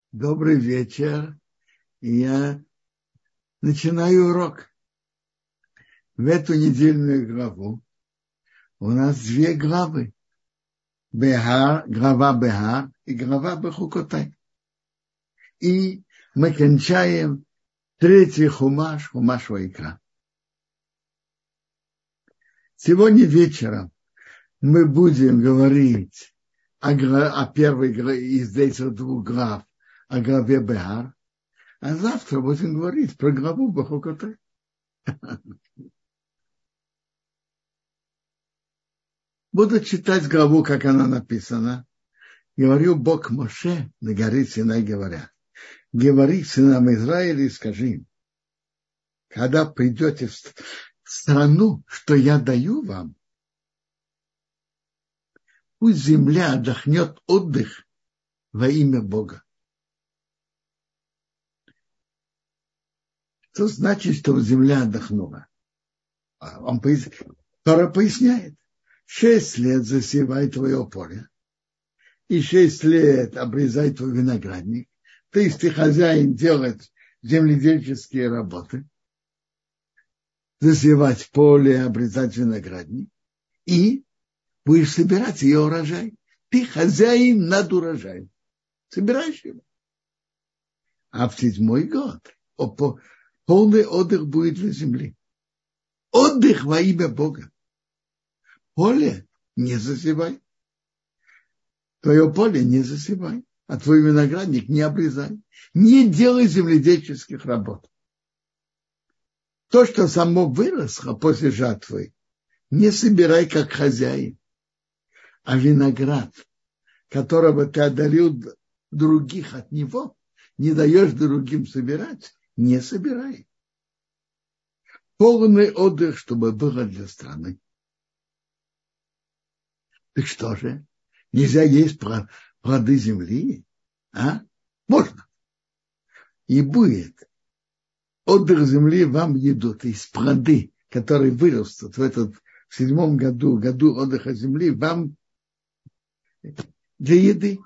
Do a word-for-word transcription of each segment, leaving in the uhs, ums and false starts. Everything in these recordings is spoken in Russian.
Добрый вечер. Я начинаю урок. В эту недельную главу у нас две главы. Бехар, глава Бехар и глава Бехукотай. И мы кончаем третий хумаш, хумаш Ваикра. Сегодня вечером мы будем говорить о, о первой из этих двух глав, о главе Бехар, а завтра будем говорить про главу Бехукотай. Буду читать главу, как она написана. Говорю Бог Моше на горе Синай, говоря: говори сынам Израиля и скажи им, когда придете в страну, что я даю вам, пусть земля отдохнет отдых во имя Бога. Что значит, что земля отдохнула? Он Тора поясняет. Шесть лет засевай твое поле, и шесть лет обрезай твой виноградник. То есть ты хозяин делать земледельческие работы, засевать поле, обрезать виноградник, и будешь собирать ее урожай. Ты хозяин над урожаем. Собираешь его. А в седьмой год полный отдых будет для земли. Отдых во имя Бога. Поле не засевай. Твое поле не засевай, а твой виноградник не обрезай. Не делай земледельческих работ. То, что само выросло после жатвы, не собирай как хозяин. А виноград, которого ты отдалил других от него, не даешь другим собирать, не собирай. Полный отдых, чтобы было для страны. Так что же? Нельзя есть плоды земли? А? Можно. И будет отдых земли вам еду. То есть плоды, которые вырастут в этот в седьмом году, году отдыха земли, вам для еды.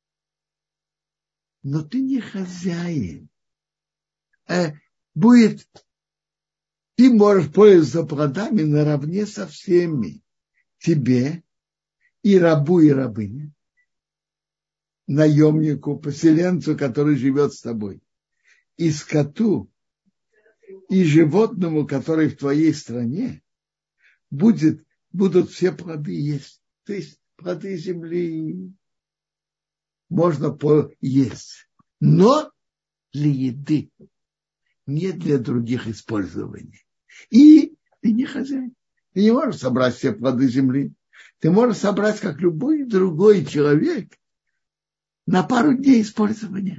Но ты не хозяин. А будет, ты можешь пользоваться плодами наравне со всеми. Тебе и рабу, и рабыне, наемнику, поселенцу, который живет с тобой, и скоту, и животному, который в твоей стране, будет, будут все плоды есть. То есть плоды земли можно поесть, но для еды, не для других использований. И ты не хозяин. Ты не можешь собрать все плоды земли. Ты можешь собрать, как любой другой человек, на пару дней использования.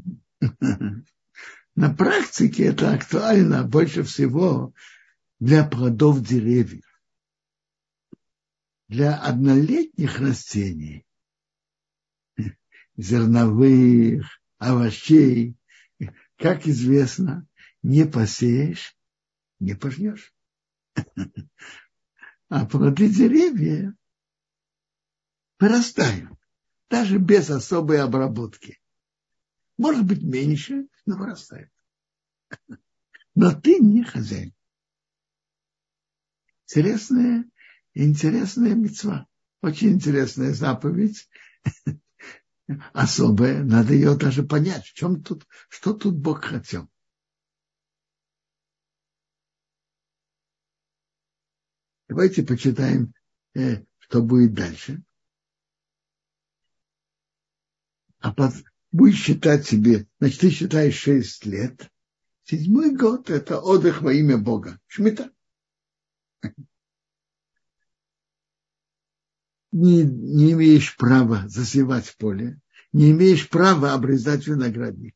На практике это актуально больше всего для плодов деревьев. Для однолетних растений, зерновых, овощей, как известно, не посеешь, не пожнешь. А плоды деревьев вырастают, даже без особой обработки. Может быть, меньше, но вырастают. Но ты не хозяин. Интересная, интересная мицва. Очень интересная заповедь. Особая. Надо ее даже понять, в чем тут, что тут Бог хотел. Давайте почитаем, что будет дальше. А под, будешь считать себе, значит, ты считаешь шесть лет. Седьмой год – это отдых во имя Бога. Шмита. Не, не имеешь права засевать поле, не имеешь права обрезать виноградник.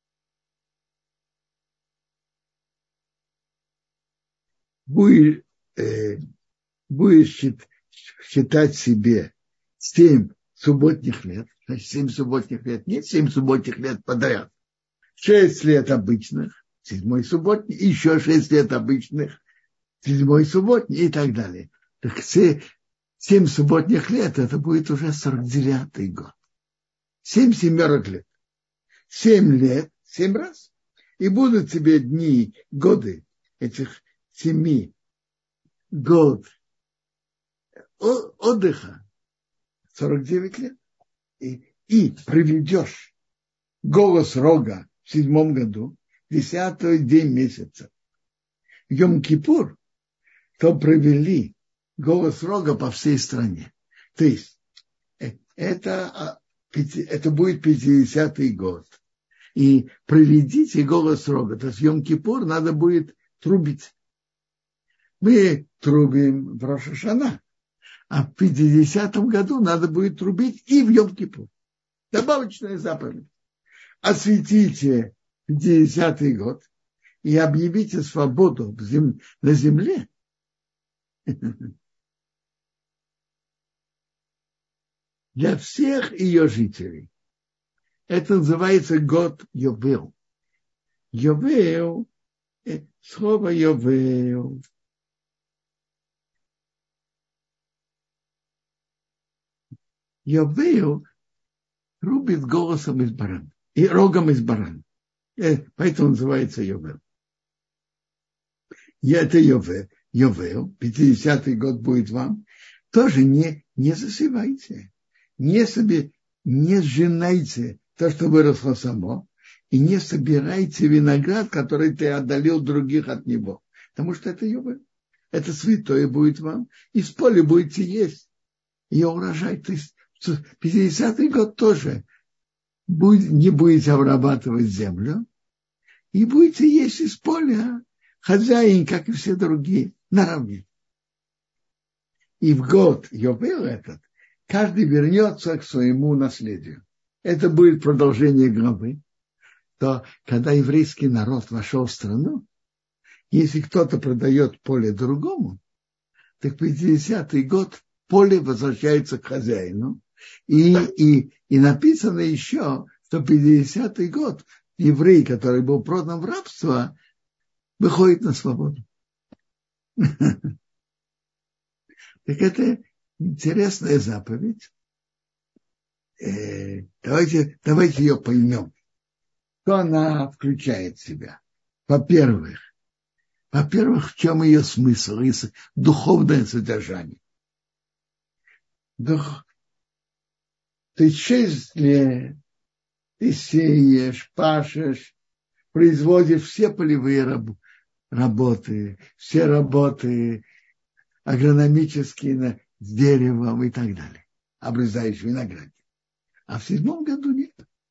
Будешь, э, будешь считать себе семь субботних лет. Значит, семь субботних лет. Нет семь субботних лет подряд. Шесть лет обычных, седьмой субботний, еще шесть лет обычных, седьмой субботний и так далее. Так все семь субботних лет, это будет уже сорок девятый год. Семь семерок лет. семь лет, семь раз. И будут тебе дни, годы этих семи год отдыха, сорок девять лет. И, и приведешь голос рога в седьмом году, десятый день месяца. В Йом-Кипур, то провели голос рога по всей стране. То есть это, это будет пятидесятый год. И проведите голос рога. То есть Йом-Кипур надо будет трубить. Мы трубим в Рош ха-Шана, а в пятидесятом году надо будет трубить и в Йом-Кипур. Добавочная заповедь. Осветите пятидесятый год и объявите свободу на земле. Для всех ее жителей. Это называется год Йовел. Йовел, слово Йовел. Йовел рубит голосом из барана и рогом из барана. Поэтому называется Йовел. И это Йовел. Йовел, пятидесятый год будет вам. Тоже не, не засевайте. Не, себе, не сжинайте то, что выросло само, и не собирайте виноград, который ты отдалил других от него. Потому что это Йовел. Это святое будет вам. Из поля будете есть ее урожай. То есть пятидесятый год тоже будет, не будете обрабатывать землю и будете есть из поля хозяин, как и все другие, наравне. И в год Йовел этот каждый вернется к своему наследию. Это будет продолжение главы. То, когда еврейский народ вошел в страну, если кто-то продает поле другому, так в пятидесятый год поле возвращается к хозяину. И, и, и написано еще, что в пятидесятый год еврей, который был продан в рабство, выходит на свободу. Так это интересная заповедь. Давайте, давайте ее поймем. Что она включает в себя? Во-первых, во-первых, в чем ее смысл, и духовное содержание. Дух... Ты шесть лет, ты сеешь, пашешь, производишь все полевые раб... работы, все работы агрономические с деревом и так далее, обрезаешь виноград. А в седьмом году нет.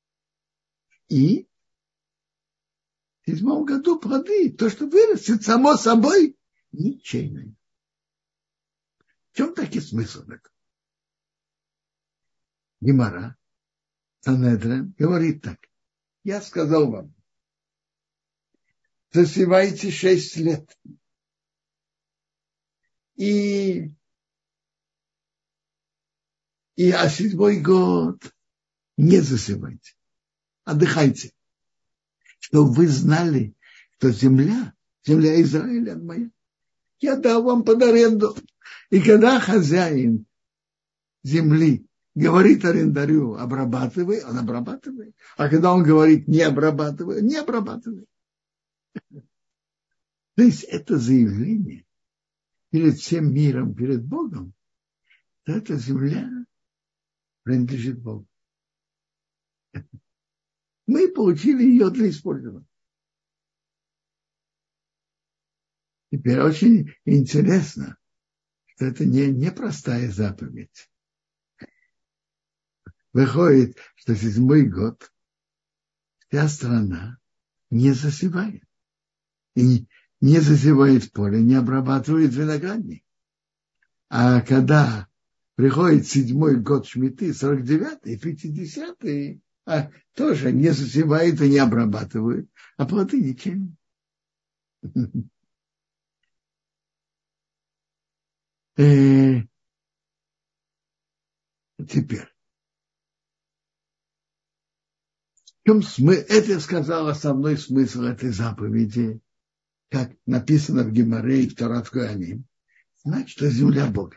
И в седьмом году плоды, то, что вырастет само собой, ничейное. В чем таки смысл этого? Гемара, Санедрин говорит так. Я сказал вам, засевайте шесть лет. И, и а седьмой год не засевайте. Отдыхайте. Чтобы вы знали, что земля, земля Израиля моя, я дал вам под аренду. И когда хозяин земли говорит арендарю, обрабатывай, он обрабатывает. А когда он говорит, не обрабатывай, не обрабатывай. То есть это заявление перед всем миром, перед Богом, что эта земля принадлежит Богу. Мы получили ее для использования. Теперь очень интересно, что это не, не простая заповедь. Выходит, что седьмой год вся страна не засевает. И не засевает поле, не обрабатывает виноградник. А когда приходит седьмой год Шмиты, сорок девятый, пятидесятый, а тоже не засевает и не обрабатывает, а плоды ничем. Теперь. В чем смысл? Это я сказал основной смысл этой заповеди, как написано в Гемаре и в Торат Коаним. Значит, что земля Бога.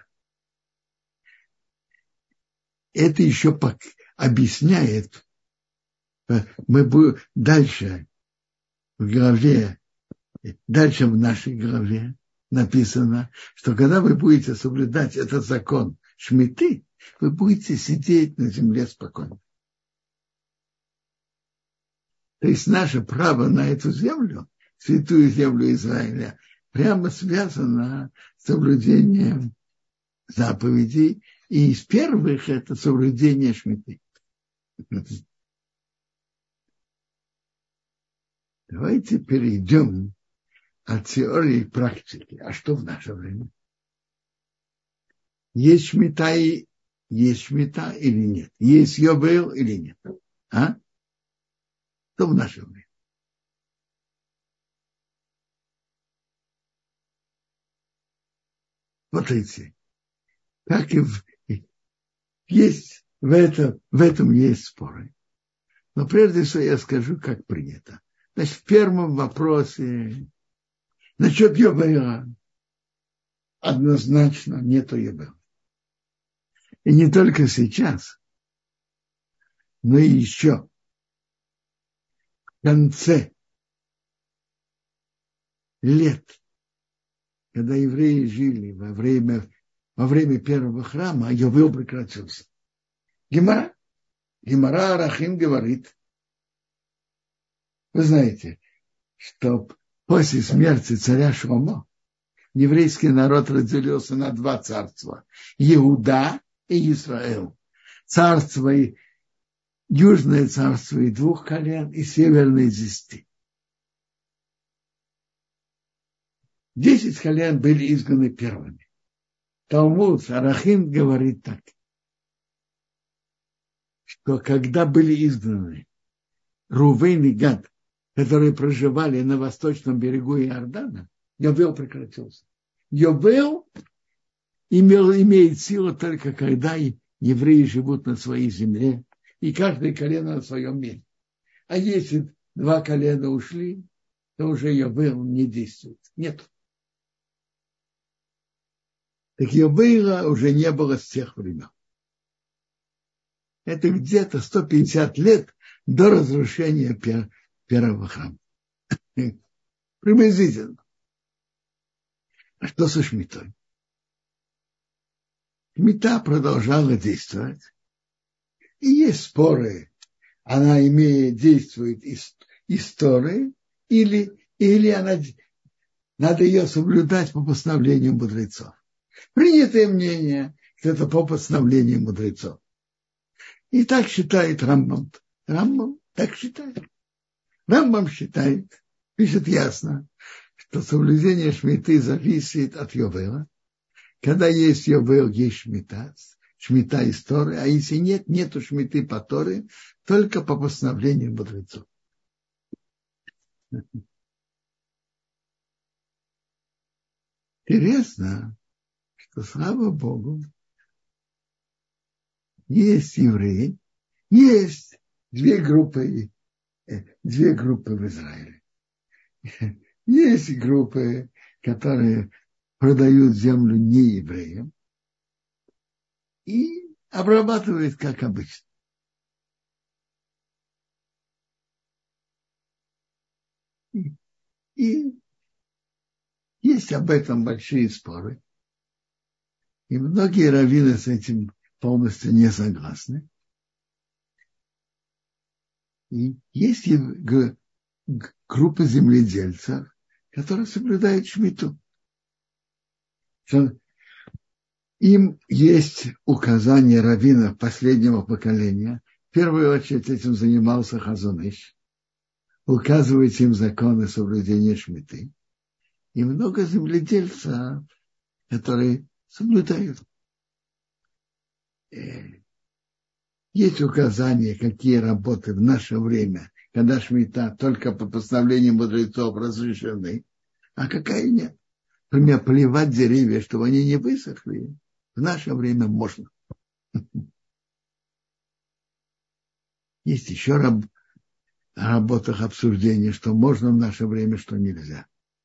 Это еще объясняет мы будем дальше в главе, дальше в нашей главе написано, что когда вы будете соблюдать этот закон шмиты, вы будете сидеть на земле спокойно. То есть наше право на эту землю, святую землю Израиля, прямо связано с соблюдением заповедей. И из первых это соблюдение шмиты. Давайте перейдем от теории к практике. А что в наше время? Есть шмита и есть шмита или нет? Есть йобел или нет? А? Что в наше время? Смотрите, как и в, есть в этом, в этом есть споры. Но прежде всего я скажу, как принято. Значит, в первом вопросе насчет йобела однозначно нету йобела. И не только сейчас, но и еще в конце лет, когда евреи жили во время, во время первого храма, йобел прекратился. Гемара, Гемара Арахим говорит, вы знаете, что после смерти царя Шломо еврейский народ разделился на два царства. Иуда и Израиль. Царство, южное царство и двух колен, и северное из десяти. Десять колен были изгнаны первыми. Талмуд Арахим говорит так, что когда были изгнаны Рувейн и Гад, которые проживали на восточном берегу Иордана, Йобел прекратился. Йобел имел, имеет силу только когда евреи живут на своей земле, и каждое колено на своем месте. А если два колена ушли, то уже Йобел не действует. Нет. Так Йобела уже не было с тех времен. Это где-то сто пятьдесят лет до разрушения пер, первого храма. Приблизительно. А что со шмитой? Шмита продолжала действовать. И есть споры. Она имеет, действует из истории, или, или она, надо ее соблюдать по постановлению мудрецов. Принятое мнение, что это по постановлению мудрецов. И так считает Рамбам. Рамбам так считает. Рамбам считает, пишет ясно, что соблюдение шмиты зависит от йобела. Когда есть йобел, есть шмита, шмита из Торы, а если нет, нету шмиты по Торе, только по постановлению мудрецов. Интересно, что, слава Богу, есть евреи, есть две группы, две группы в Израиле. Есть группы, которые продают землю не евреям и обрабатывают, как обычно. И, и есть об этом большие споры. И многие раввины с этим полностью не согласны. И есть группы земледельцев, которые соблюдают шмиту. Им есть указания раввинов последнего поколения. В первую очередь этим занимался Хазон Иш. Указывает им законы соблюдения шмиты. И много земледельцев, которые соблюдают. Есть указания, какие работы в наше время, когда шмита только по постановлению мудрецов разрешены, а какая нет. Например, поливать деревья, чтобы они не высохли, в наше время можно. Есть еще раб, работах обсуждения, что можно в наше время, что нельзя.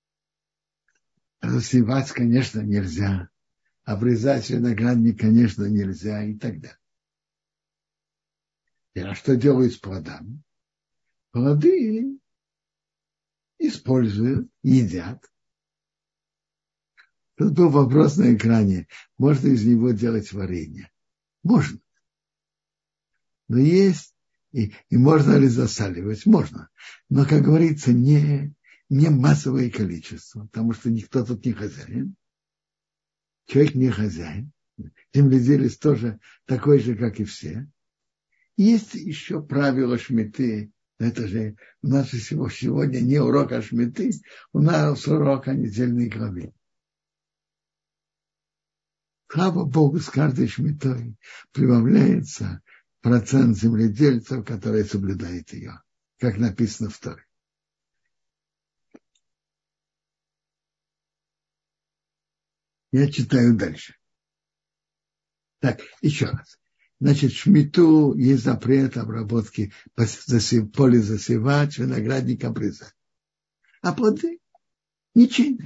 Засевать, конечно, нельзя. Обрезать виноградник, конечно, нельзя и так далее. А что делают с плодами? плоды используют, едят. Тут был вопрос на экране, можно из него делать варенье. Можно. Но есть, и, и можно ли засаливать? Можно. Но, как говорится, не, не массовое количество, потому что никто тут не хозяин. Человек не хозяин. Земледелец тоже такой же, как и все. Есть еще правила шмиты. Это же у нас же сегодня не урок о шмиты, у нас урок о недельной главе. Слава Богу, с каждой шмитой прибавляется процент земледельцев, которые соблюдают ее, как написано в Торе. Я читаю дальше. Так, еще раз. Значит, шмиту есть запрет обработки поле засевать, виноградник обрезать. А плоды ничего.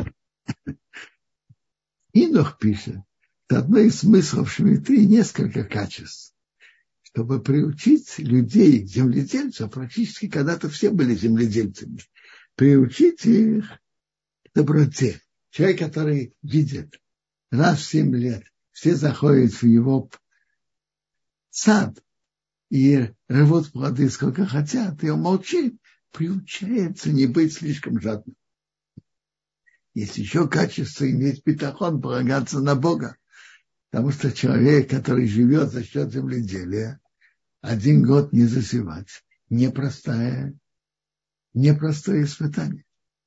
Инох пишет, что одно из смыслов шмиты несколько качеств. Чтобы приучить людей, земледельцев, практически когда-то все были земледельцами, приучить их к доброте. Человек, который видит раз в семь лет, все заходят в его сад и рвут плоды сколько хотят, и он молчит, приучается не быть слишком жадным. Есть еще качество иметь битахон, полагаться на Бога. Потому что человек, который живет за счет земледелия, один год не засевать, непростое, непростое испытание.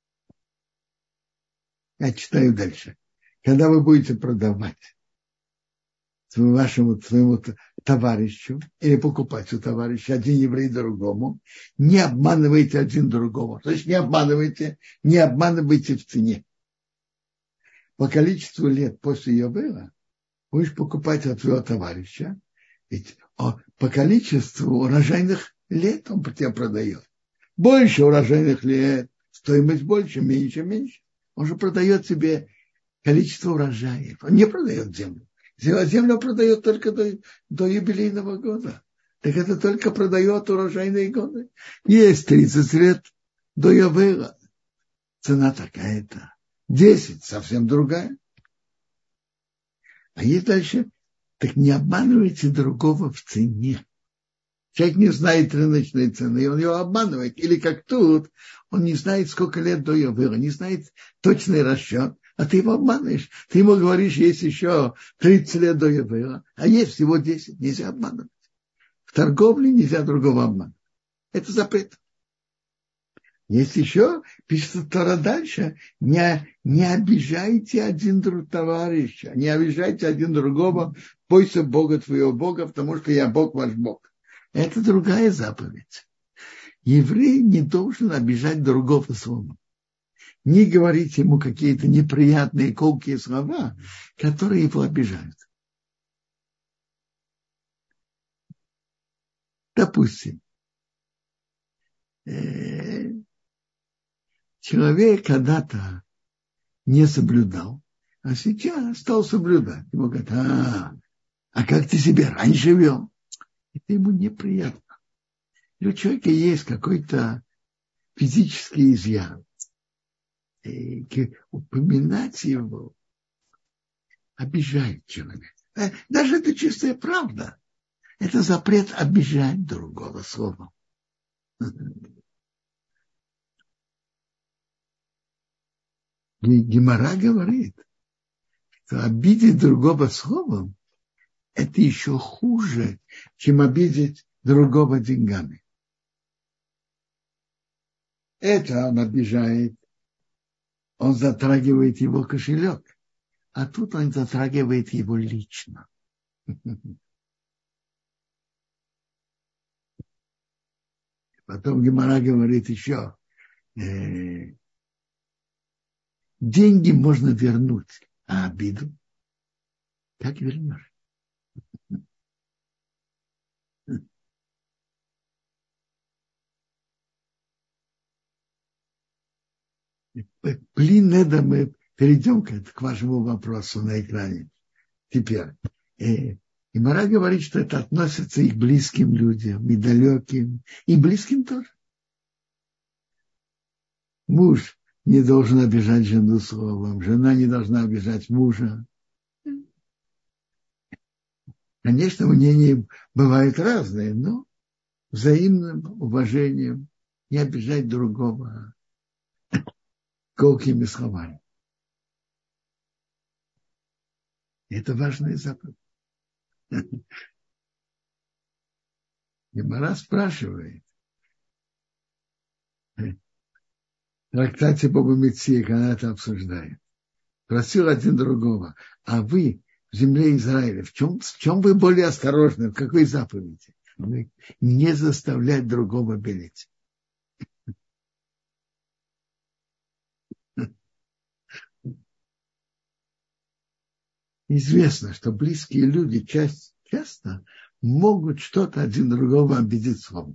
Я читаю дальше. Когда вы будете продавать своему, вашему своему товарищу или покупать у товарища, один еврей другому, не обманывайте один другого. То есть не обманывайте, не обманывайте в цене. По количеству лет после ее было, будешь покупать от своего товарища, ведь по количеству урожайных лет он тебе продает. Больше урожайных лет, стоимость больше, меньше, меньше. Он же продает тебе количество урожаев. Он не продает землю. Землю продает только до, до юбилейного года. Так это только продает урожайные годы. Есть тридцать лет до Йовела. Цена такая-то. десять совсем другая. А есть дальше, так не обманывайте другого в цене. Человек не знает рыночной цены, и он его обманывает. Или как тут, он не знает, сколько лет до Йовела, не знает точный расчет, а ты его обманываешь. Ты ему говоришь, есть еще тридцать лет до Йовела, а есть всего десять. Нельзя обманывать. В торговле нельзя другого обманывать. Это запрет. Есть еще, пишется Тора дальше, не, не обижайте один друг товарища, не обижайте один другого, бойся Бога твоего Бога, потому что я Бог ваш Бог. Это другая заповедь. Еврей не должен обижать другого своего. Не говорить ему какие-то неприятные колкие слова, которые его обижают. Допустим, человек когда-то не соблюдал, а сейчас стал соблюдать. Ему говорят, а, а как ты себя раньше вел? Это ему неприятно. И у человека есть какой-то физический изъян. И упоминать его обижает человека. Даже это чистая правда. Это запрет обижать другого словом. Гемара говорит, что обидеть другого словом – это еще хуже, чем обидеть другого деньгами. Это он обижает, он затрагивает его кошелек, а тут он затрагивает его лично. Потом Гемара говорит еще, э, деньги можно вернуть, а обиду как вернешь? Блин, это мы перейдем к, к вашему вопросу на экране. Теперь. Э, Гемара говорит, что это относится и к близким людям, и далеким, и близким тоже. Муж не должен обижать жену словом, жена не должна обижать мужа. Конечно, мнения бывают разные, но взаимным уважением не обижать другого колкими словами. Это важная заповедь. Гемара спрашивает, в трактате Баба Меция, когда это обсуждает, просил один другого, а вы в земле Израиля, в чем, в чем вы более осторожны, в какой заповеди? Не заставлять другого белить. Известно, что близкие люди часто, часто могут что-то один другого обидеть словом.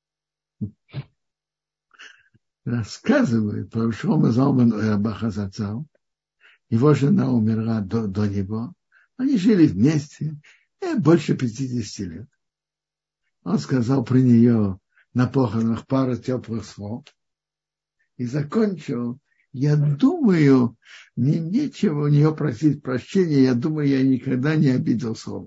Рассказывает про Шломо Залмана и Раба Хазацал. Его жена умерла до, до него. Они жили вместе э, больше пятидесяти лет. Он сказал про нее на похоронах пару теплых слов. И закончил: я думаю, мне нечего у нее просить прощения, я думаю, я никогда не обидел словом.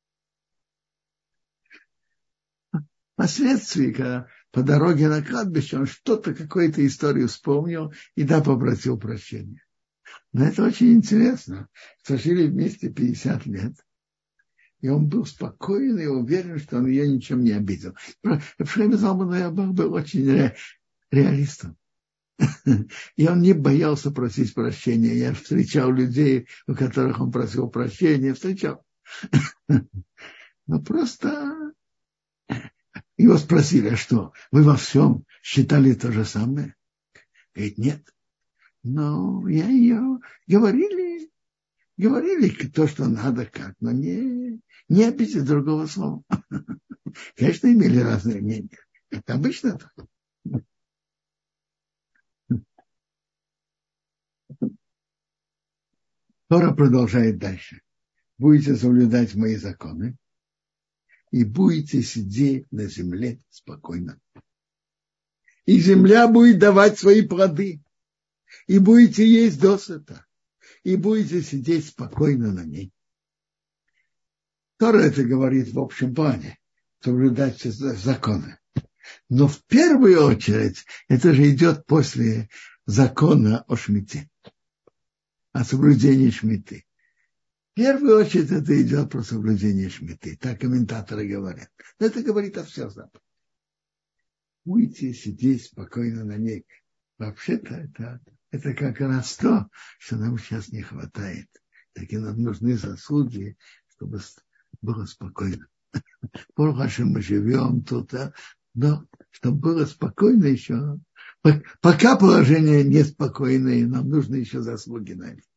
Впоследствии, когда по дороге на кладбище, он что-то, какую-то историю вспомнил и да, попросил прощения. Но это очень интересно, что жили вместе пятьдесят лет. И он был спокоен и уверен, что он ее ничем не обидел. Шломо Залман Ауэрбах был очень ре, реалистом. И он не боялся просить прощения. Я встречал людей, у которых он просил прощения, встречал. Но просто его спросили: а что, вы во всем считали то же самое? Говорит: нет. Но я ее говорили, говорили то, что надо, как, но не, не обидеть другого слова. Конечно, имели разные мнения. Это обычно так. Тора продолжает дальше. Будете соблюдать мои законы и будете сидеть на земле спокойно. И земля будет давать свои плоды. И будете есть досыта. И будете сидеть спокойно на ней. Тора это говорит в общем плане. Соблюдать законы. Но в первую очередь это же идет после закона о шмите. О соблюдении шмиты. В первую очередь это идет про соблюдение шмиты. Так комментаторы говорят. Но это говорит о всех заповедях. Будете сидеть спокойно на ней. Вообще-то это, это как раз то, что нам сейчас не хватает. Такие нам нужны заслуги, чтобы было спокойно. Порхашем мы живем тут, а? Но чтобы было спокойно еще. Пока положение неспокойное, нам нужны еще заслуги на это.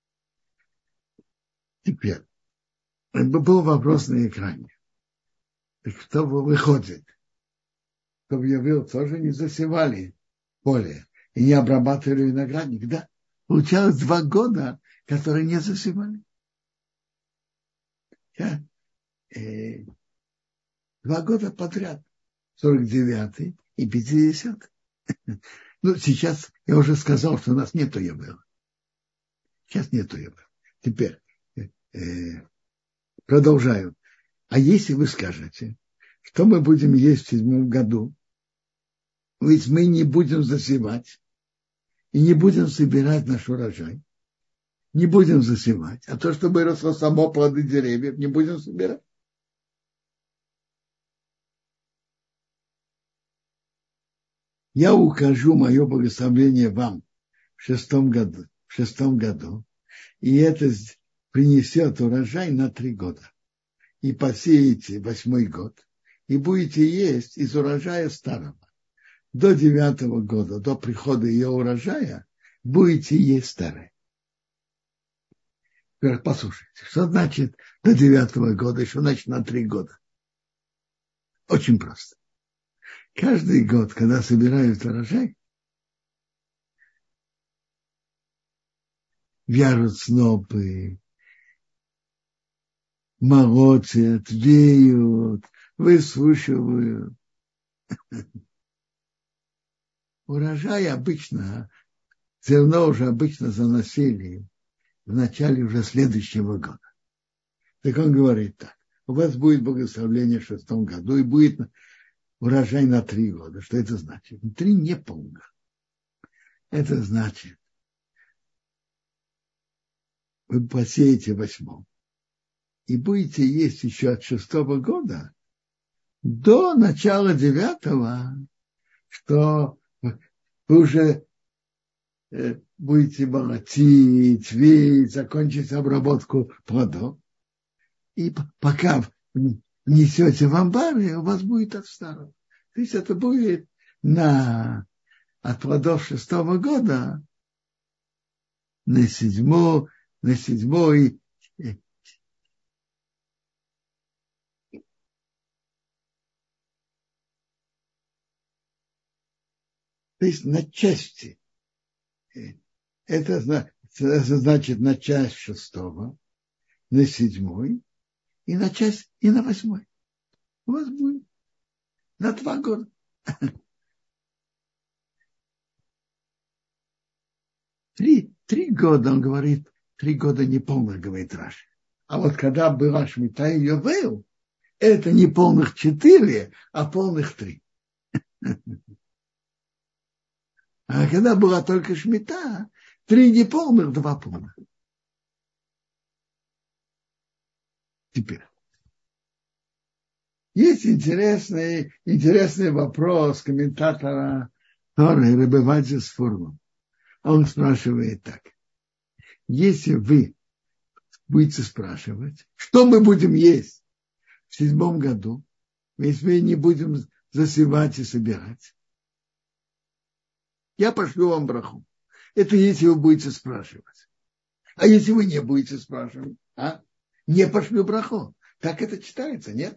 Теперь, был вопрос на экране. Так кто выходит? Кто объявил, тоже не засевали поле и не обрабатывали виноградник. Да, получалось два года, которые не засевали. Я, э, два года подряд. сорок девятый и пятидесятый. Ну, сейчас я уже сказал, что у нас нету Йовела. Сейчас нету Йовела. Теперь э, продолжаю. А если вы скажете, что мы будем есть в седьмом году, ведь мы не будем засевать и не будем собирать наш урожай, не будем засевать, а то, что выросло само плоды деревьев, не будем собирать. Я укажу мое благословение вам в шестом году, в шестом году, и это принесет урожай на три года. И посеете восьмой год, и будете есть из урожая старого. До девятого года, до прихода ее урожая, будете есть старое. Теперь послушайте, что значит до девятого года, что значит на три года? Очень просто. Каждый год, когда собирают урожай, вяжут снопы, молотят, веют, высушивают. урожай обычно, зерно уже обычно заносили в начале уже следующего года. Так он говорит так: у вас будет благословение в шестом году и будет урожай на три года. Что это значит? Три не полных. Это значит, вы посеете в восьмом и будете есть еще от шестого года до начала девятого, что вы уже будете молотить, веять, закончить обработку плодов. И пока несете в амбары, у вас будет от старого. То есть это будет на, от плодов шестого года на седьмой, на седьмой то есть на части. Это, это значит на часть шестого, на седьмой и на часть, и на восьмой. У вас будет на два года. Три, три года, он говорит, три года неполных, говорит Раши. А вот когда была Шмита и Йовел, это не полных четыре, а полных три. А когда была только Шмита, три неполных, два полных. Теперь. Есть интересный, интересный вопрос комментатора Торы Ребе Вадия Сфорно. Он спрашивает так: если вы будете спрашивать, что мы будем есть в седьмом году, если мы не будем засевать и собирать, я пошлю вам браху. Это если вы будете спрашивать. А если вы не будете спрашивать, а? Не пошлю браху. Так это читается, нет?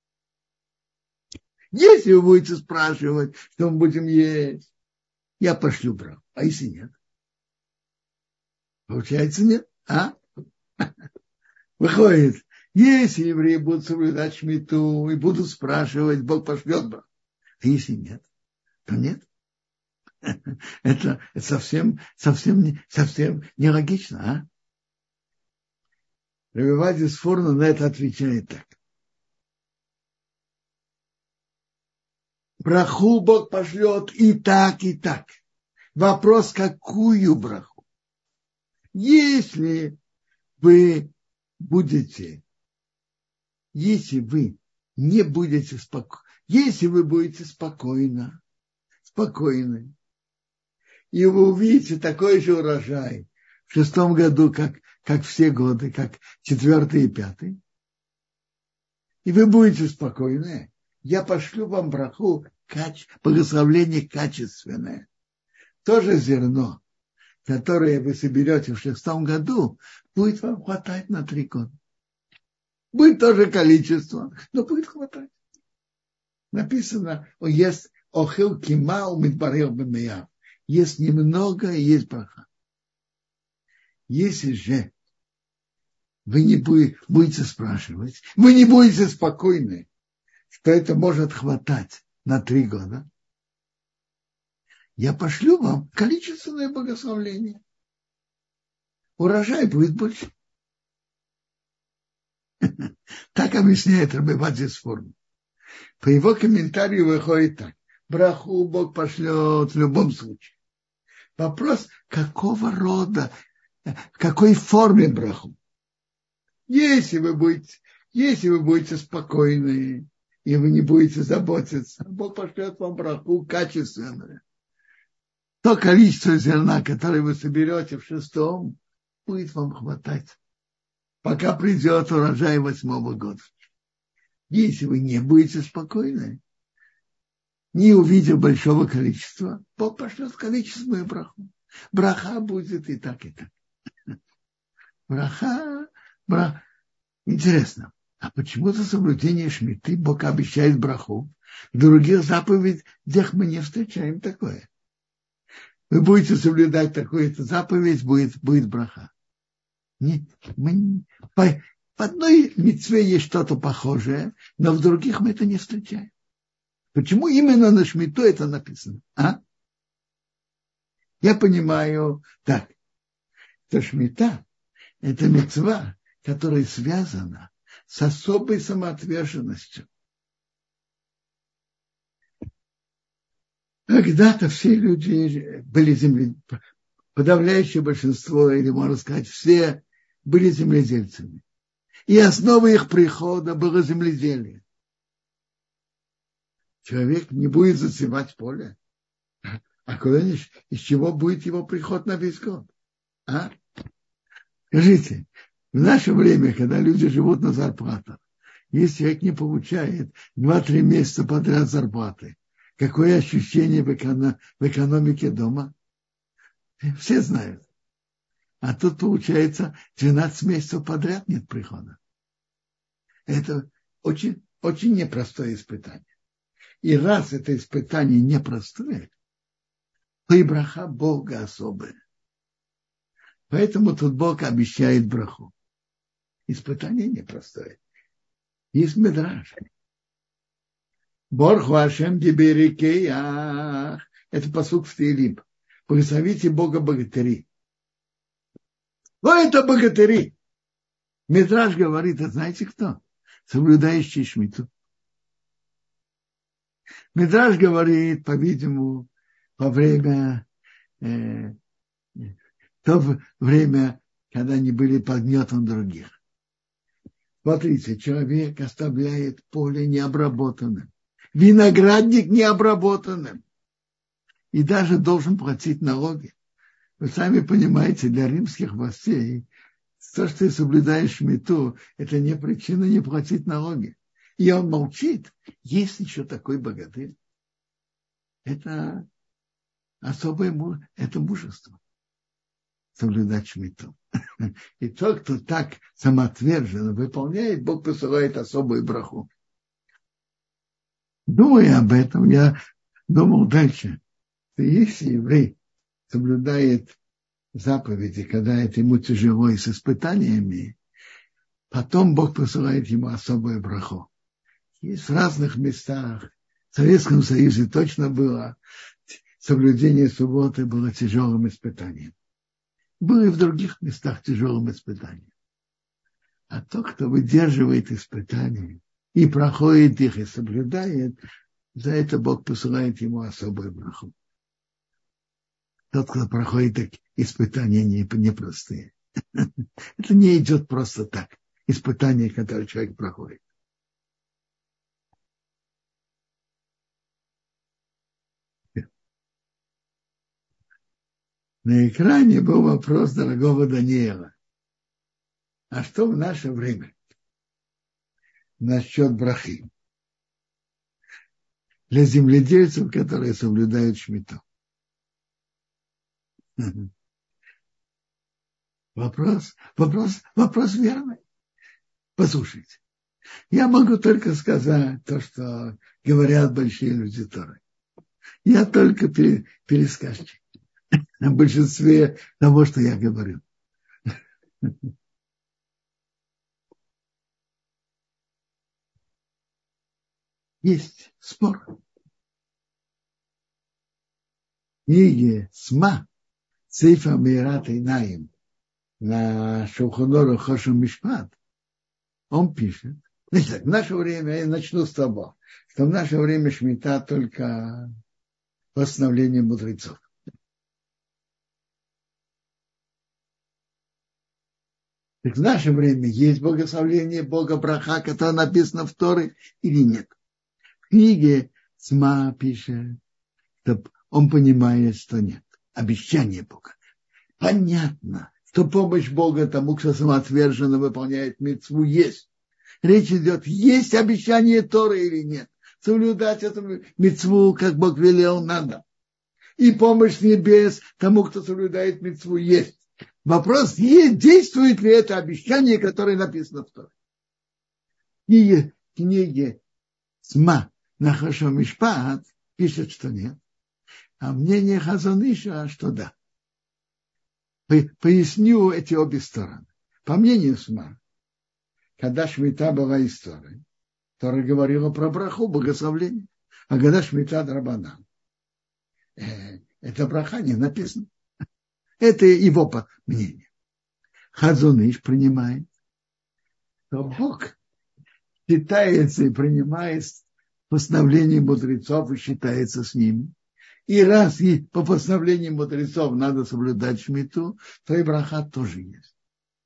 Если вы будете спрашивать, что мы будем есть, я пошлю браху. А если нет? Получается, нет. А? Выходит, если евреи будут соблюдать шмиту и будут спрашивать, Бог пошлет браху. А если нет, то нет. Это, это совсем, совсем, совсем нелогично, а? Ребе Вадия Сфорно на это отвечает так: браху Бог пошлет и так, и так. Вопрос, какую браху? Если вы будете, если вы не будете спокойны, если вы будете спокойно, спокойны, и вы увидите такой же урожай в шестом году, как, как все годы, как четвертый и пятый, и вы будете спокойны, я пошлю вам браху, каче, благословление качественное. То же зерно, которое вы соберете в шестом году, будет вам хватать на три года. Будет тоже количество, но будет хватать. Написано, есть охил кимау мидбарел бемеяв. Есть немного и есть браха. Если же вы не будете спрашивать, вы не будете спокойны, что это может хватать на три года, я пошлю вам количественное благословление. Урожай будет больше. Так объясняет Ребе Вадия Сфорно. По его комментарию выходит так: браху Бог пошлет в любом случае. Вопрос, какого рода, в какой форме браху. Если вы будете, если вы будете спокойны, и вы не будете заботиться, Бог пошлет вам браху качественную. То количество зерна, которое вы соберете в шестом, будет вам хватать, пока придет урожай восьмого года. Если вы не будете спокойны, не увидев большого количества, Бог пошлет количественную браху. Браха будет и так, и так. Браха, браха. Интересно, а почему за соблюдение шмиты Бог обещает браху? В других заповедях мы не встречаем такое. Вы будете соблюдать такую-то заповедь, будет, будет браха. Не, мы, по, в одной мицве есть что-то похожее, но в других мы это не встречаем. Почему именно на шмиту это написано? А? Я понимаю так, что шмита – это мицва, которая связана с особой самоотверженностью. Когда-то все люди были земли, подавляющее большинство, или можно сказать, все были земледельцами. И основой их прихода было земледелие. Человек не будет засевать поле. А куда, из чего будет его приход на весь год? А? Скажите, в наше время, когда люди живут на зарплатах, если человек не получает два-три месяца подряд зарплаты, какое ощущение в, эконом, в экономике дома? Все знают. А тут, получается, двенадцать месяцев подряд нет прихода. Это очень, очень непростое испытание. И раз это испытание непростое, то и браха Бога особая. Поэтому тут Бог обещает браху. Испытание непростое. Есть мидраш. Борху Ашем диберикеях. Это пасук в Теилим. Благословите Бога богатыри. Но это богатыри. Мидраш говорит, а знаете кто? Соблюдающий шмиту. Мидраш говорит, по-видимому, во время, э, то время, когда они были под гнетом других. Смотрите, человек оставляет поле необработанным, виноградник необработанным и даже должен платить налоги. Вы сами понимаете, для римских властей то, что ты соблюдаешь шмиту, это не причина не платить налоги. И он молчит, есть еще такой богатырь. Это особое это мужество. Соблюдать шмиту. И тот, кто так самоотверженно выполняет, Бог посылает особую браху. Думая об этом, я думал дальше, что если еврей соблюдает заповеди, когда это ему тяжело и с испытаниями, потом Бог посылает ему особую браху. И в разных местах, в Советском Союзе точно было, соблюдение субботы было тяжелым испытанием. Было и в других местах тяжелым испытанием. А тот, кто выдерживает испытания и проходит их, и соблюдает, за это Бог посылает ему особую браху. Тот, кто проходит испытания непростые. Это не идет просто так. Испытания, которые человек проходит. На экране был вопрос дорогого Даниила. А что в наше время насчет брахи? Для земледельцев, которые соблюдают шмиту. Вопрос, вопрос, вопрос верный. Послушайте, я могу только сказать то, что говорят большие люди Торы. Я только пересказчик о большинстве того, что я говорю. Есть спор. В книге Сма, Сейфа Мейрат Эйнаим, на Шулхан Арух Хошем Мишпат, он пишет, значит, в наше время, я начну с того, что в наше время шмита только восстановление мудрецов. Так в наше время есть благословение Бога браха, которое написано в Торе, или нет? В книге Сма пишет, что он понимает, что нет. Обещание Бога. Понятно, что помощь Бога тому, кто самоотверженно выполняет мицву, есть. Речь идет, есть обещание Торы или нет. Соблюдать эту мицву, как Бог велел, надо. И помощь с небес тому, кто соблюдает мицву, есть. Вопрос, есть, действует ли это обещание, которое написано в Торе. И в книге Сма Нахашо Мишпат пишет, что нет. А мнение Хазон Иша, что да. Поясню эти обе стороны. По мнению Сма, когда шмита была из Торы, Тора говорила про браху, благословление. А когда шмита драбанан, э, это браха не написано. Это его мнение. Хазон Иш принимает, что Бог считается и принимает постановления мудрецов и считается с ними. И раз и по постановлению мудрецов надо соблюдать шмиту, то и браха тоже есть.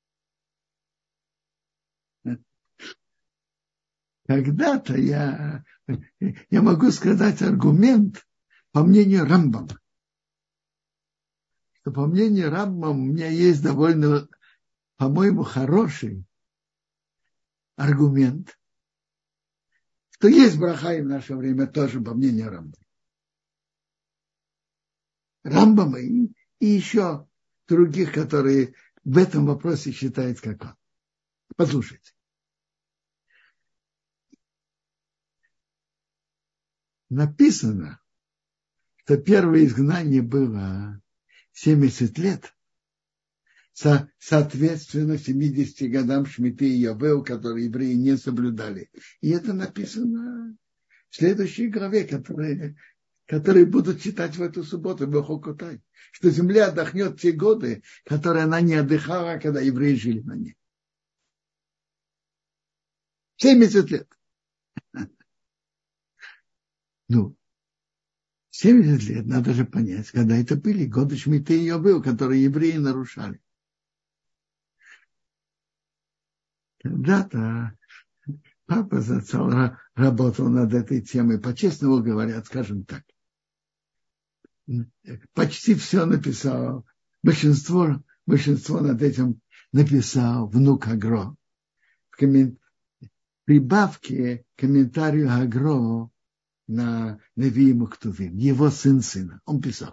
Когда-то я, я могу сказать аргумент по мнению Рамбама. Что по мнению Рамбама у меня есть довольно, по-моему, хороший аргумент, что есть браха и в наше время тоже по мнению Рамбама. Рамбама и, и еще других, которые в этом вопросе считают как он. Послушайте. Написано, что первое изгнание было семьдесят лет, со, соответственно, семидесяти годам Шмиты и Йовел, которые евреи не соблюдали. И это написано в следующей главе, которые, которые будут читать в эту субботу, в Хокотай, что земля отдохнет те годы, которые она не отдыхала, когда евреи жили на ней. семьдесят лет. Ну, семьдесят лет, надо же понять, когда это были годы Шмиты и Йовел, которые евреи нарушали. Когда-то папа зацал работал над этой темой, по-честному говоря, скажем так. Почти все написал, большинство, большинство над этим написал внук Агро. В коммен... прибавке комментарию Агро на Невиим Уктувим, его сын сына. Он писал.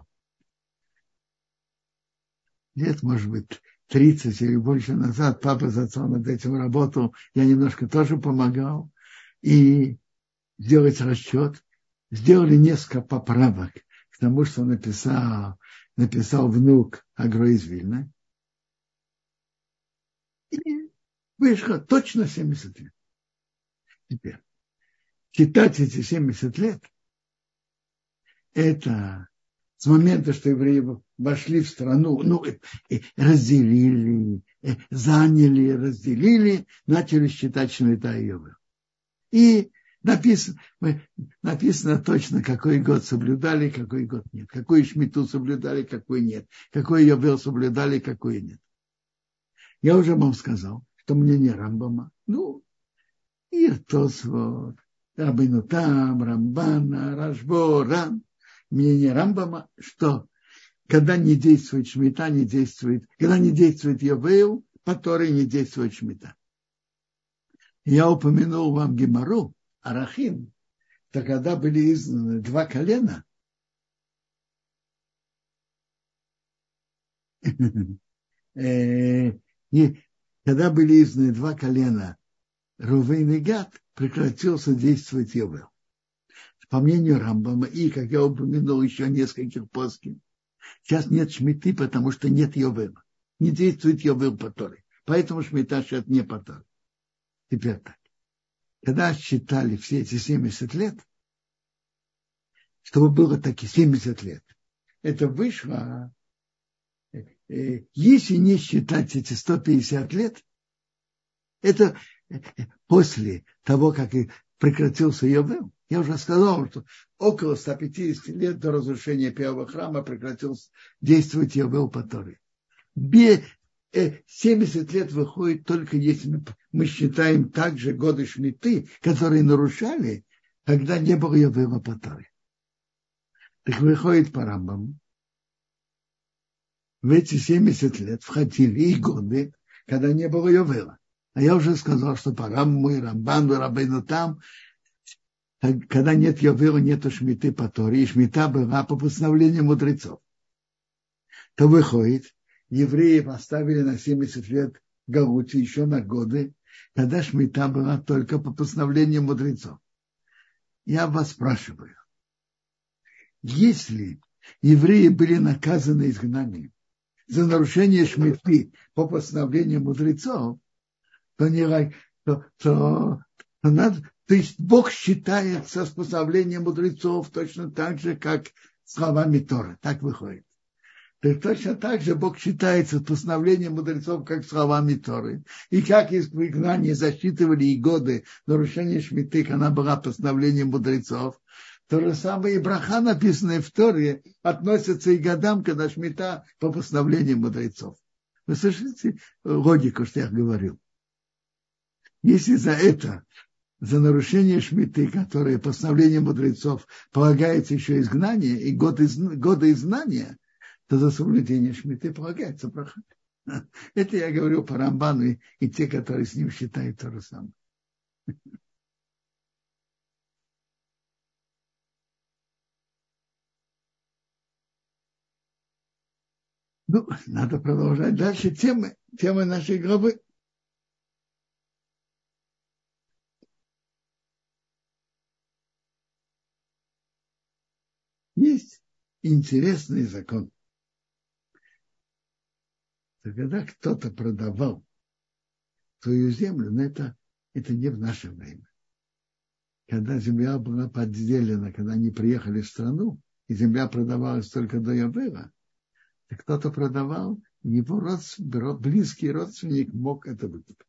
Лет, может быть, тридцать или больше назад папа с отцом над этим работал. Я немножко тоже помогал. И сделать расчет. Сделали несколько поправок к тому, что написал, написал внук Агро из Вильны. И вышло точно семьдесят лет. Теперь. Считать эти семьдесят лет, это с момента, что евреи вошли в страну, ну, разделили, заняли, разделили, начали считать Шмита и Йовел. И написано, написано точно, какой год соблюдали, какой год нет. Какую Шмиту соблюдали, какой нет. Какой Йовел соблюдали, какой нет. Я уже вам сказал, что мнение Рамбама, ну, Иртосвот, Рабейну Там, Рамбана, Рашбо, Рам, мнение Рамбама, что когда не действует Шмита, не действует, когда не действует Йовел, по Торе не действует Шмита. Я упомянул вам Гемару, Арахим, то когда были изгнаны два колена, когда были изгнаны два колена, Рувейн и Гад, прекратился действовать Йовел. По мнению Рамбама, и, как я упомянул, еще нескольких поским, сейчас нет Шмиты, потому что нет Йовела. Не действует Йовел по Торе. Поэтому Шмита сейчас не по Торе. Теперь так. Когда считали все эти семьдесят лет, чтобы было таки семьдесят лет, это вышло, если не считать эти сто пятьдесят лет, это после того, как прекратился Йовел, я уже сказал, что около ста пятидесяти лет до разрушения первого храма прекратился действовать Йовел по Торе. семьдесят лет выходит только если мы считаем также годы Шмиты, которые нарушали, когда не было Йовела по Торе. Так выходит по Рамбаму. В эти семьдесят лет входили и годы, когда не было Йовела. А я уже сказал, что по Рамбаму и Рамбану, и Рабейну Там, когда нет Йовела, нету Шмиты по Торе, и Шмита была по постановлению мудрецов. То выходит, евреев оставили на семьдесят лет в Галуте еще на годы, когда Шмита была только по постановлению мудрецов. Я вас спрашиваю, если евреи были наказаны изгнанием за нарушение Шмиты по постановлению мудрецов, то, не, то, то, то, надо, то есть Бог считается с постановлением мудрецов точно так же, как словами Торы. Так выходит. Так точно так же Бог считается постановлением мудрецов, как словами Торы. И как из изгнания засчитывали и годы нарушения шмиты, она была постановлением мудрецов, то же самое и браха, написанная в Торе, относится и годам, когда шмита по постановлению мудрецов. Вы слышите логику, что я говорил? Если за это, за нарушение шмиты, которое постановление мудрецов, полагается еще изгнание и год из, годы изгнания, то за соблюдение шмиты полагается браха. Это я говорю по Рамбану и, и те, которые с ним считают то же самое. Ну, надо продолжать дальше темы, темы нашей главы. Есть интересный закон. Когда кто-то продавал свою землю, но это, это не в наше время. Когда земля была поделена, когда они приехали в страну, и земля продавалась только до Йовела, кто-то продавал, его родственник, близкий родственник мог это выкупить.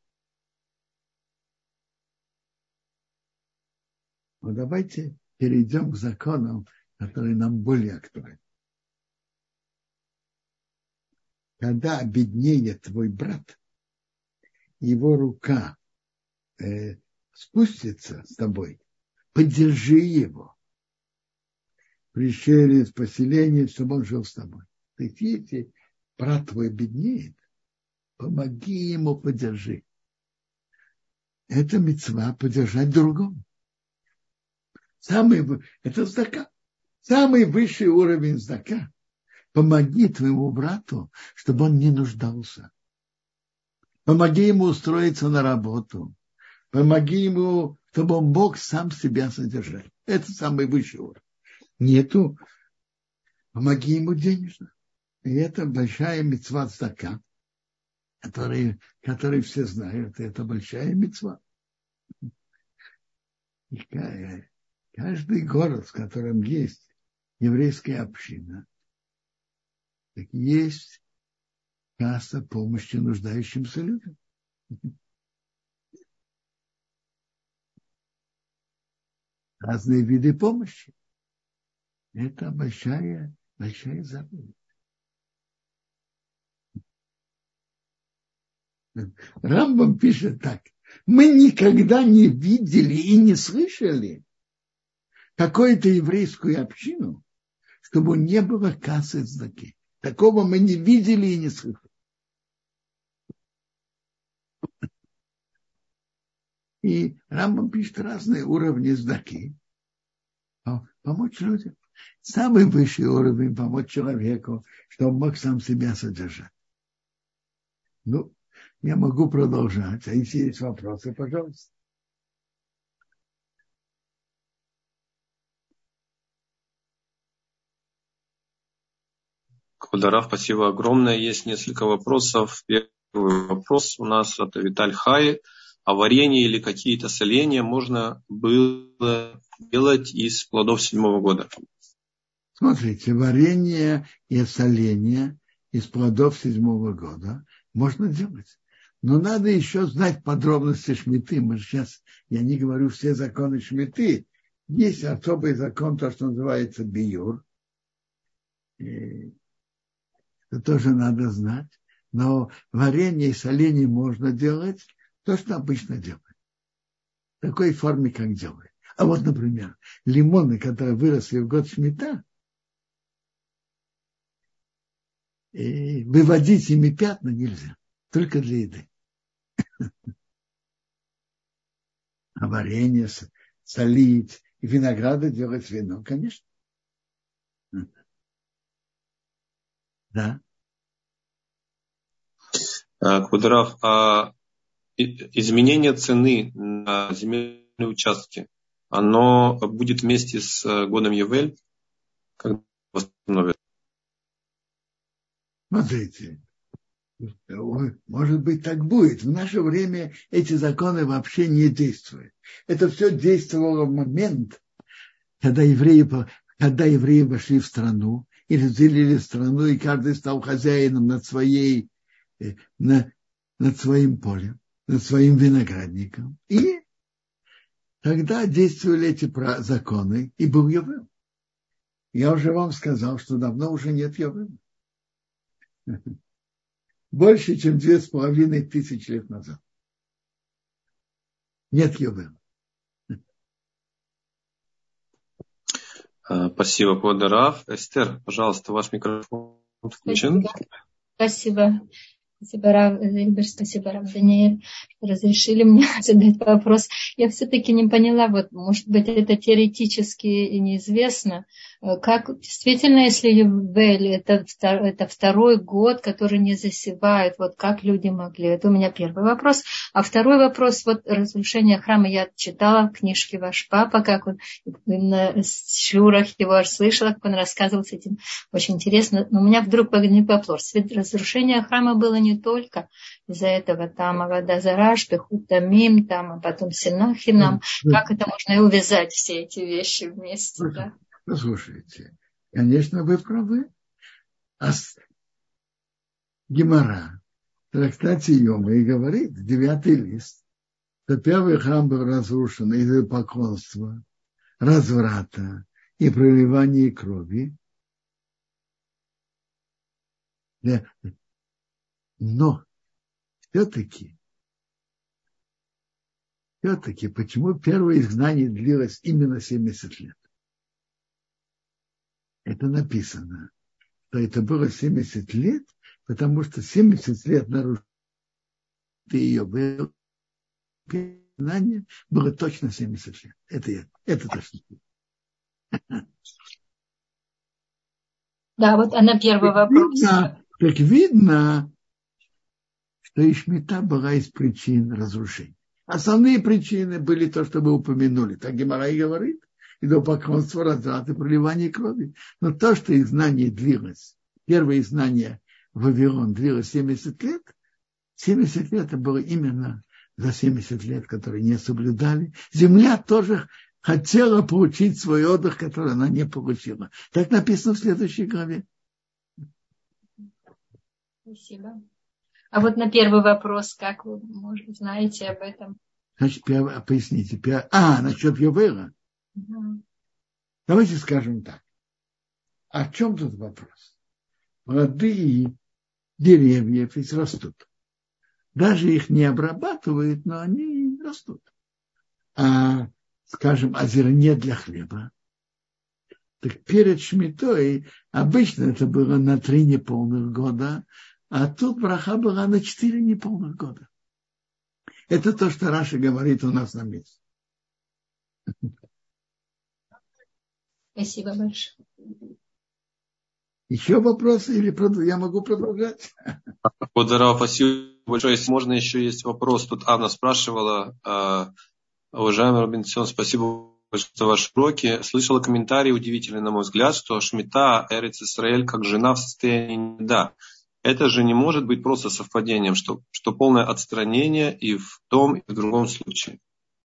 Но давайте перейдем к законам, которые нам более актуальны. Когда обеднеет твой брат, его рука э, спустится с тобой, поддержи его. Пришли из поселения, чтобы он жил с тобой. То есть, если брат твой беднеет, помоги ему, поддержи. Это мицва поддержать другого. Самый, это цдака. Самый высший уровень цдака. Помоги твоему брату, чтобы он не нуждался. Помоги ему устроиться на работу. Помоги ему, чтобы он мог сам себя содержать. Это самый высший уровень. Нету. Помоги ему денежно. И это большая мицва цдака, которые, которые все знают. Это большая мицва. И каждый город, в котором есть еврейская община, так есть касса помощи нуждающимся людям. Разные виды помощи. Это большая, большая заповедь. Рамбам пишет так. Мы никогда не видели и не слышали какую-то еврейскую общину, чтобы не было кассы цдаки. Такого мы не видели и не слышали. И Рамбам пишет разные уровни цдаки. Помочь людям. Самый высший уровень помочь человеку, чтобы он мог сам себя содержать. Ну, я могу продолжать. А если есть вопросы, пожалуйста. Квадарав, спасибо огромное. Есть несколько вопросов. Первый вопрос у нас от Виталь Хай. А варенье или какие-то соления можно было делать из плодов седьмого года? Смотрите, варенье и соление из плодов седьмого года можно делать. Но надо еще знать подробности шмиты. Мы сейчас, я не говорю все законы шмиты. Есть особый закон, то, что называется биюр. И это тоже надо знать. Но варенье и соление можно делать то, что обычно делают. В такой форме, как делают. А вот, например, лимоны, которые выросли в год шмита, и выводить ими пятна нельзя. Только для еды. А варенье солить и винограда делать вино, конечно. Да. Квадрав, а изменение цены на земельные участки, оно будет вместе с годом Йовель, когда восстановят? Смотрите, может быть, так будет. В наше время эти законы вообще не действуют. Это все действовало в момент, когда евреи, когда евреи вошли в страну и разделили страну, и каждый стал хозяином над своей, на, над своим полем, над своим виноградником. И тогда действовали эти законы, и был Йовел. Я уже вам сказал, что давно уже нет Йовела. Больше, чем две с половиной тысячи лет назад. Нет Йовела. Спасибо, Кводарав. Эстер, пожалуйста, ваш микрофон включен. Спасибо. Спасибо, Рав Зильбер, спасибо, Рав Даниэль, что разрешили мне задать вопрос. Я все-таки не поняла, вот, может быть, это теоретически неизвестно, как действительно, если Ювель это, это второй год, который не засевает, вот как люди могли? Это у меня первый вопрос. А второй вопрос, вот разрушение храма я читала в книжке «Ваш папа», как он на шурах его слышала, как он рассказывал с этим. Очень интересно. Но у меня вдруг возник вопрос. Ведь разрушение храма было не не только из-за этого там Авода Зара, Бехутамим, там, а потом Синахинам. Как это можно и увязать все эти вещи вместе? Да? Послушайте, конечно, вы правы. А Гемара в трактате Йома и говорит, девятый лист, что первый храм был разрушен из-за поклонства, разврата и проливания крови. Но все-таки, все-таки, почему первое изгнание длилось именно семьдесят лет? Это написано, что это было семьдесят лет, потому что семьдесят лет нарушили ее было, изгнание было точно семьдесят лет. Это, я, это точно. Да, вот она первый так вопрос. Видно, как видно, что и шмита была из причин разрушения. Основные причины были то, что вы упомянули. Так Гемара и говорит, идолопоклонство, разврат и проливание крови. Но то, что изгнание длилось, первое изгнание в Вавилон длилось семьдесят лет, семьдесят лет это было именно за семьдесят лет, которые не соблюдали. Земля тоже хотела получить свой отдых, который она не получила. Так написано в следующей главе. Спасибо. А вот на первый вопрос, как вы, может, знаете об этом? Значит, первое, поясните. Первое, а, насчет Йовела. Угу. Давайте скажем так. О чем тут вопрос? Молодые деревья ведь растут. Даже их не обрабатывают, но они растут. А, скажем, о зерне для хлеба. Так перед шмитой обычно это было на три неполных года, а тут браха была на четыре неполных года. Это то, что Раши говорит у нас на месте. Спасибо большое. Еще вопросы или я могу продолжать? Кводарав, спасибо большое. Если можно, еще есть вопрос. Тут Анна спрашивала, уважаемый Робинсон, спасибо за ваши уроки. Слышала комментарий, удивительный, на мой взгляд, что Шмита, Эрец Исраэль, как жена в состоянии неда. Это же не может быть просто совпадением, что, что полное отстранение и в том, и в другом случае.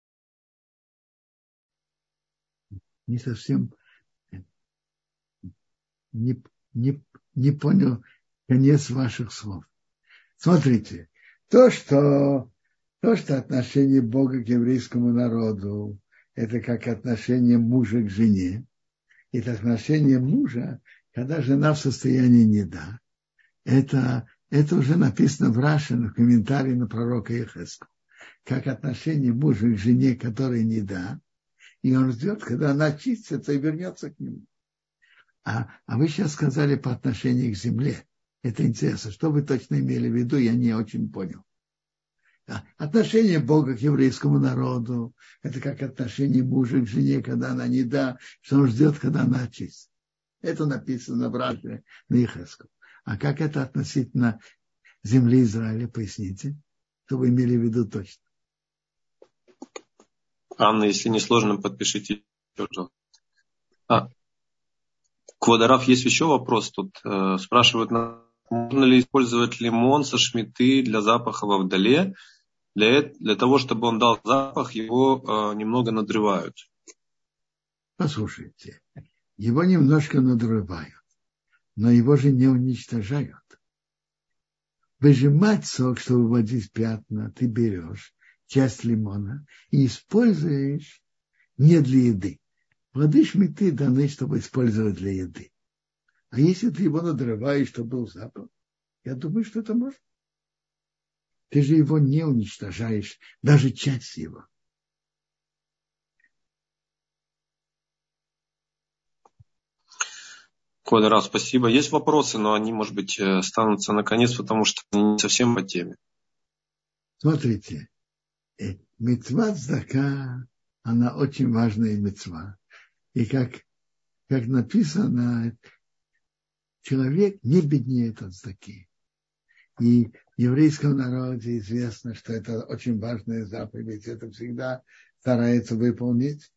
Не совсем не, не, не понял конец ваших слов. Смотрите, то, что, то, что отношение Бога к еврейскому народу, это как отношение мужа к жене. Это отношение мужа, когда жена в состоянии неда. Это, это уже написано в Раши, в комментарии на пророка Йехескеля. Как отношение мужа к жене, которая неда. И он ждет, когда она очистится и вернется к нему. А, а вы сейчас сказали по отношению к земле. Это интересно. Что вы точно имели в виду, я не очень понял. Отношение Бога к еврейскому народу, это как отношение мужа к жене, когда она не да, что он ждет, когда она очистится. Это написано в Раши на Йехескеля. А как это относительно земли Израиля, поясните, что вы имели в виду точно. Анна, если не сложно, подпишите. А, Кводарав, есть еще вопрос тут. Э, спрашивают, можно ли использовать лимон со шмиты для запаха во вдале? Для, для того, чтобы он дал запах, его э, немного надрывают. Послушайте, его немножко надрывают. но его же не уничтожают. Выжимать сок, чтобы выводить пятна, ты берешь часть лимона и используешь не для еды. Плоды шмиты даны, чтобы использовать для еды. А если ты его надрываешь, чтобы был запах, я думаю, что это можно. Ты же его не уничтожаешь, даже часть его. Кодера, спасибо. Есть вопросы, но они, может быть, останутся наконец, потому что они не совсем по теме. Смотрите, мицва цдака, она очень важная мицва. И как, как написано, человек не беднеет от цдаки. И в еврейском народе известно, что это очень важная заповедь, это всегда старается выполнить.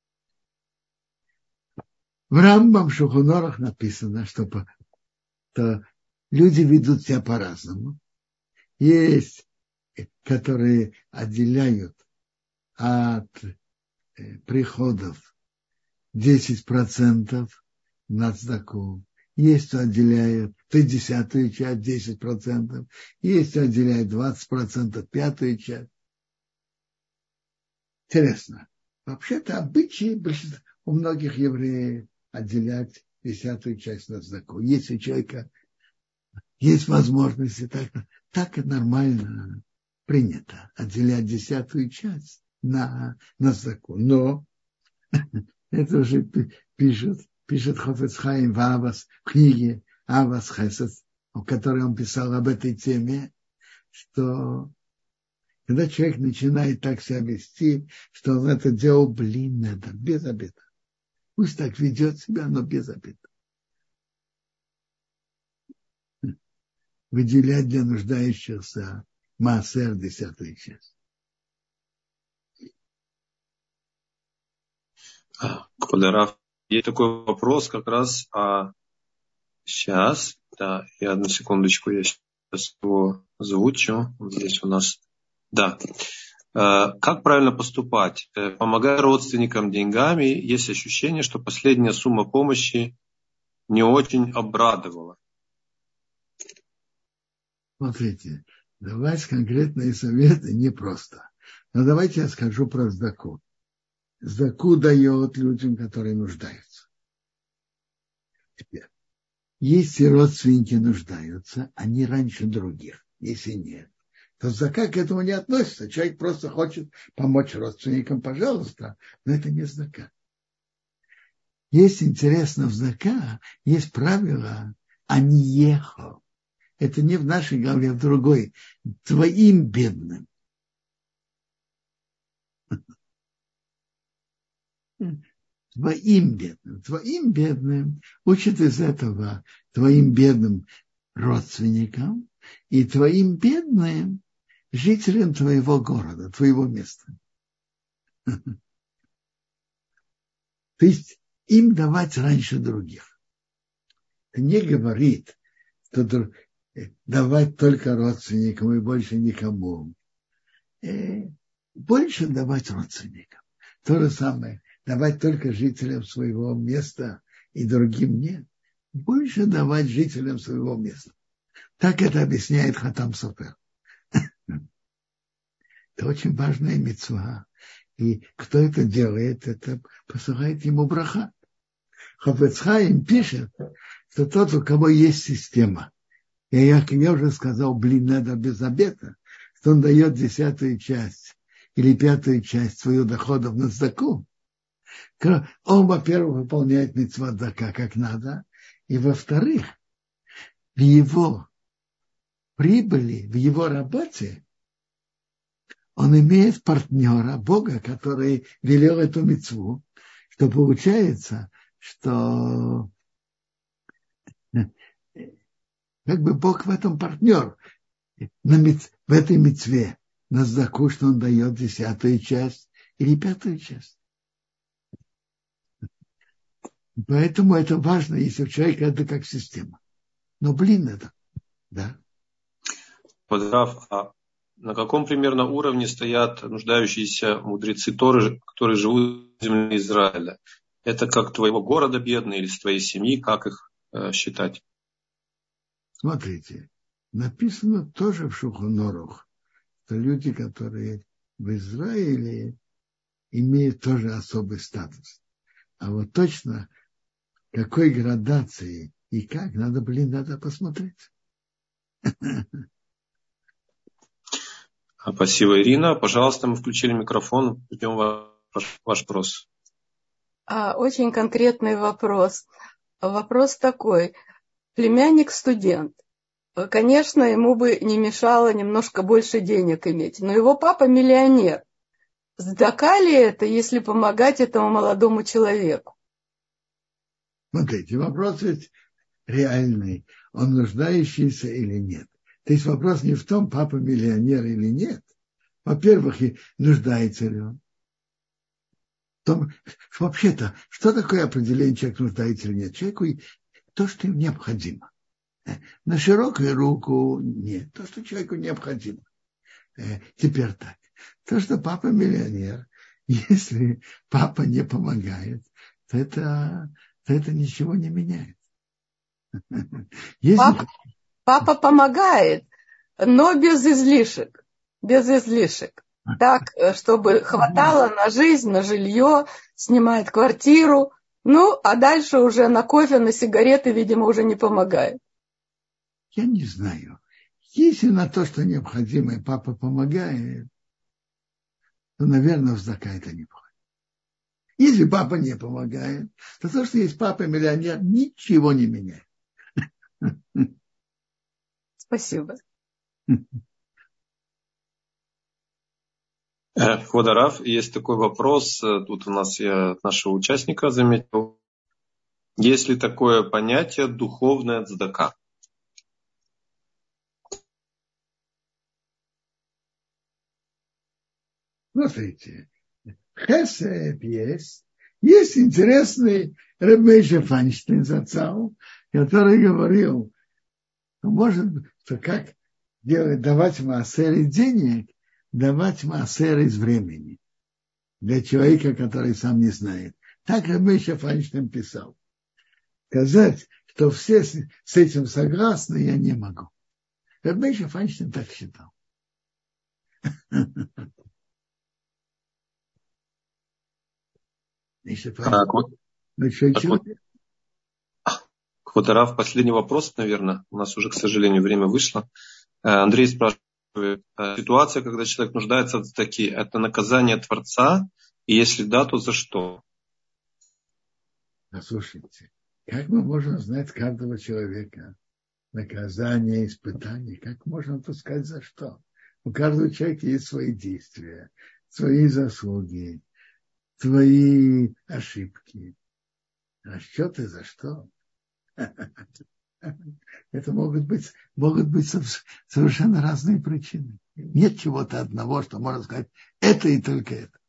В Рамбам Шулхан Арух написано, что, что люди ведут себя по-разному. Есть, которые отделяют от приходов десять процентов на цдаку. Есть, кто отделяет десятую часть, десять процентов. Есть, кто отделяет двадцать процентов, пятую часть. Интересно. Вообще-то обычаи у многих евреев отделять десятую часть на цдаку. Если у человека есть возможности, так, так и нормально принято отделять десятую часть на, на цдаку. Но это уже пишет, пишет Хафец Хаим в Авас, в книге Авас Хесед, в которой он писал об этой теме, что когда человек начинает так себя вести, что он это делал, блин, это без обеда. Пусть так ведет себя, но без обеда. Выделять для нуждающихся маасер десятую часть. Кодера, есть такой вопрос как раз. А сейчас, да, и одну секундочку, я сейчас его озвучу. Вот здесь у нас, да. Как правильно поступать? Помогая родственникам деньгами, есть ощущение, что последняя сумма помощи не очень обрадовала. Смотрите, давать конкретные советы непросто. Но давайте я скажу про цдаку. Цдаку дает людям, которые нуждаются. Теперь, если родственники нуждаются, они раньше других. Если нет, то цдака к этому не относится. Человек просто хочет помочь родственникам, пожалуйста, но это не цдака. Есть, интересно, в цдака есть правило «аниехо». Это не в нашей голове, а в другой. Твоим бедным. Твоим бедным. Твоим бедным учат из этого твоим бедным родственникам и твоим бедным жителям твоего города, твоего места. То есть им давать раньше других. Это не говорит, что давать только родственникам и больше никому. Больше давать родственникам. То же самое. Давать только жителям своего места и другим нет. Больше давать жителям своего места. Так это объясняет Хатам Софер. Это очень важная мицва. И кто это делает, это посылает ему браха. Хафец Хаим пишет, что тот, у кого есть система, и я, как я уже сказал, блин, надо без обета, что он дает десятую часть или пятую часть своих доходов на цдаку, он, во-первых, выполняет мицва цдака как надо, и, во-вторых, в его прибыли, в его работе он имеет партнера, Бога, который велел эту мицву, что получается, что как бы Бог в этом партнер, на миц, в этой мицве, на цдаку, что он дает десятую часть или пятую часть. Поэтому это важно, если у человека это как система. Но, блин, это, да. Подрав, а на каком примерно уровне стоят нуждающиеся мудрецы Торы, которые живут в земле Израиля? Это как твоего города бедные или с твоей семьи, как их э, считать? Смотрите, написано тоже в Шулхан Арух, что люди, которые в Израиле, имеют тоже особый статус. А вот точно какой градации и как, надо, блин, надо посмотреть. Спасибо, Ирина. Пожалуйста, мы включили микрофон. Ждем ваш, ваш вопрос. А, очень конкретный вопрос. Вопрос такой. Племянник-студент. Конечно, ему бы не мешало немножко больше денег иметь, но его папа миллионер. Цдака ли это, если помогать этому молодому человеку? Смотрите, вопрос ведь реальный. Он нуждающийся или нет. То есть вопрос не в том, папа миллионер или нет. Во-первых, нуждается ли он. Том, вообще-то, что такое определение, человек нуждается или нет? Человеку то, что им необходимо. На широкую руку нет. То, что человеку необходимо. Теперь так. То, что папа миллионер, если папа не помогает, то это, то это ничего не меняет. Если... Папа, папа помогает, но без излишек. Без излишек. Так, чтобы хватало на жизнь, на жилье, снимает квартиру. Ну, а дальше уже на кофе, на сигареты, видимо, уже не помогает. Я не знаю. Если на то, что необходимо, и папа помогает, то, наверное, цдака это не плохо. Если папа не помогает, то то, что есть папа-миллионер, ничего не меняет. Спасибо. Квадарав, есть такой вопрос, тут у нас я от нашего участника заметил. Есть ли такое понятие духовная цдака? Смотрите, хесед есть. Есть интересный Реб Мейша Файнштейн зацал, который говорил, что может быть, что как делать, давать маасер денег, давать маасер из времени для человека, который сам не знает. Так Реб Мейша Файнштейн писал. Сказать, что все с, с этим согласны, я не могу. Реб Мейша Файнштейн так считал. А, Квадарав, последний вопрос, наверное. У нас уже, к сожалению, время вышло. Андрей спрашивает, ситуация, когда человек нуждается в цдаке, это наказание Творца? И если да, то за что? Послушайте, как мы можем знать каждого человека? Наказание, испытание. Как можно тут сказать за что? У каждого человека есть свои действия, свои заслуги, свои ошибки. Расчеты за что? Это могут быть, могут быть совершенно разные причины. Нет чего-то одного, что можно сказать, это и только это.